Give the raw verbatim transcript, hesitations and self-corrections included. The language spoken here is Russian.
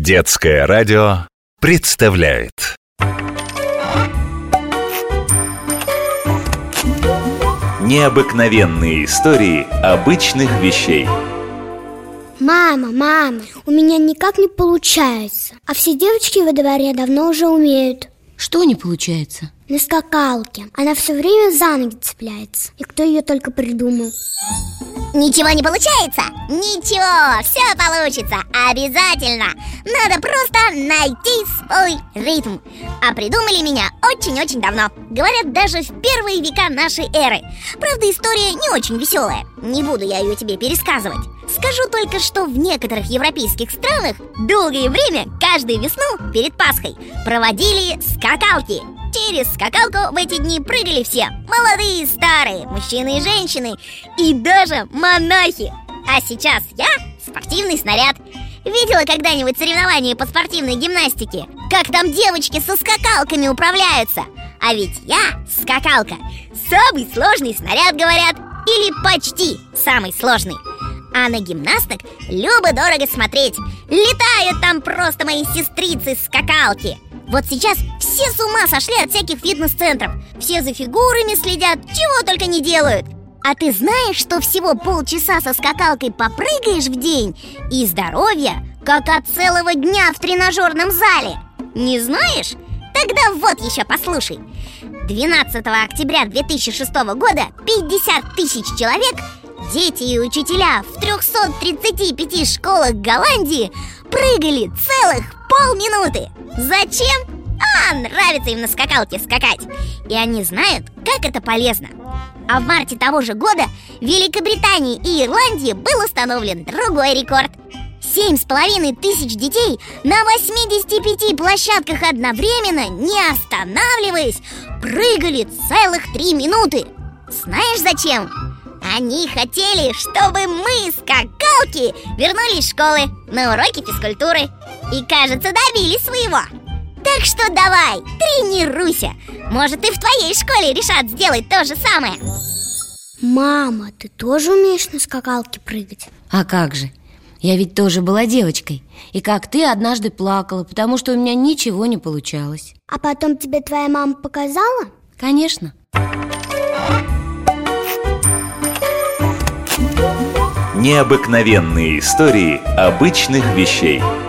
Детское радио представляет необыкновенные истории обычных вещей. Мама, мама, у меня никак не получается. А все девочки во дворе давно уже умеют. Что не получается? На скакалке. Она все время за ноги цепляется. И кто ее только придумал? Ничего не получается? Ничего, все получится, обязательно. Надо просто найти свой ритм. А придумали меня очень-очень давно. Говорят, даже в первые века нашей эры. Правда, история не очень веселая. Не буду я ее тебе пересказывать. Скажу только, что в некоторых европейских странах долгое время каждую весну перед Пасхой проводили скакалки. Через скакалку в эти дни прыгали все: молодые и старые, мужчины и женщины, и даже монахи. А сейчас я спортивный снаряд. Видела когда-нибудь соревнования по спортивной гимнастике? Как там девочки со скакалками управляются? А ведь я скакалка. Самый сложный снаряд, говорят. Или почти самый сложный. А на гимнасток любо-дорого смотреть. Летают там просто мои сестрицы скакалки. Вот сейчас все с ума сошли от всяких фитнес-центров. Все за фигурами следят, чего только не делают. А ты знаешь, что всего полчаса со скакалкой попрыгаешь в день, и здоровье, как от целого дня в тренажерном зале? Не знаешь? Тогда вот еще послушай. двенадцатого октября две тысячи шестого года пятьдесят тысяч человек, дети и учителя в трёхстах тридцати пяти школах Голландии, прыгали целых полминуты. Зачем? А, нравится им на скакалке скакать. И они знают, как это полезно. А в марте того же года в Великобритании и Ирландии был установлен другой рекорд. Семь с половиной тысяч детей на восьмидесяти пяти площадках одновременно, не останавливаясь, прыгали целых три минуты. Знаешь зачем? Они хотели, чтобы мы, скакалки, вернулись в школы на уроки физкультуры. И, кажется, добились своего. Так что давай, тренируйся. Может, и в твоей школе решат сделать то же самое. Мама, ты тоже умеешь на скакалке прыгать? А как же? Я ведь тоже была девочкой. И как ты, однажды плакала, потому что у меня ничего не получалось. А потом тебе твоя мама показала? Конечно. Необыкновенные истории обычных вещей.